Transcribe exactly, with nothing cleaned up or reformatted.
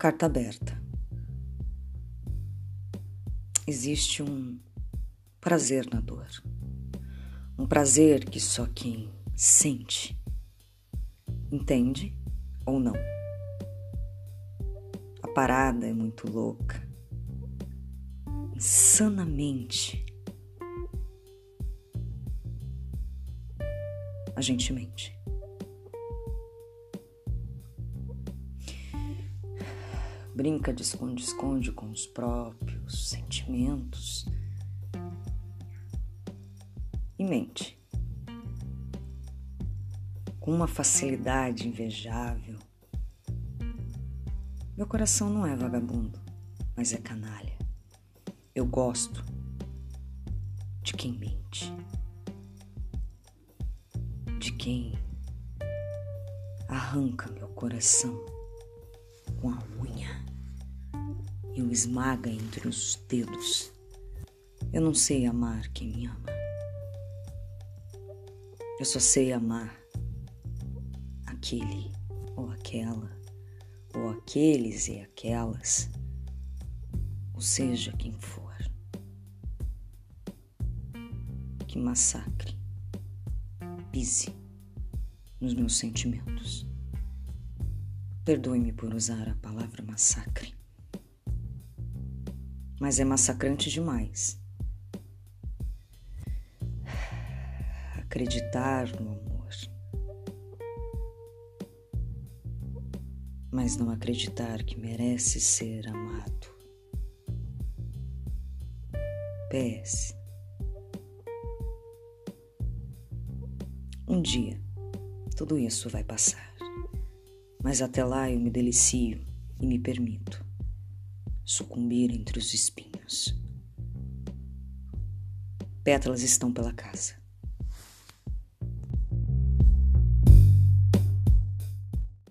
Carta aberta. Existe um prazer na dor. Um prazer que só quem sente entende ou não. A parada é muito louca. Insanamente. A gente mente. Brinca de esconde-esconde com os próprios sentimentos e mente com uma facilidade invejável. Meu coração não é vagabundo, mas é canalha. Eu gosto de quem mente, de quem arranca meu coração com a unha e o esmaga entre os dedos. Eu não sei amar quem me ama. Eu só sei amar aquele ou aquela, ou aqueles e aquelas, ou seja, quem for. Que massacre pise nos meus sentimentos. Perdoe-me por usar a palavra massacre, mas é massacrante demais. Acreditar no amor, mas não acreditar que merece ser amado. P S Um dia, tudo isso vai passar, mas até lá eu me delicio e me permito sucumbir entre os espinhos. Pétalas estão pela casa.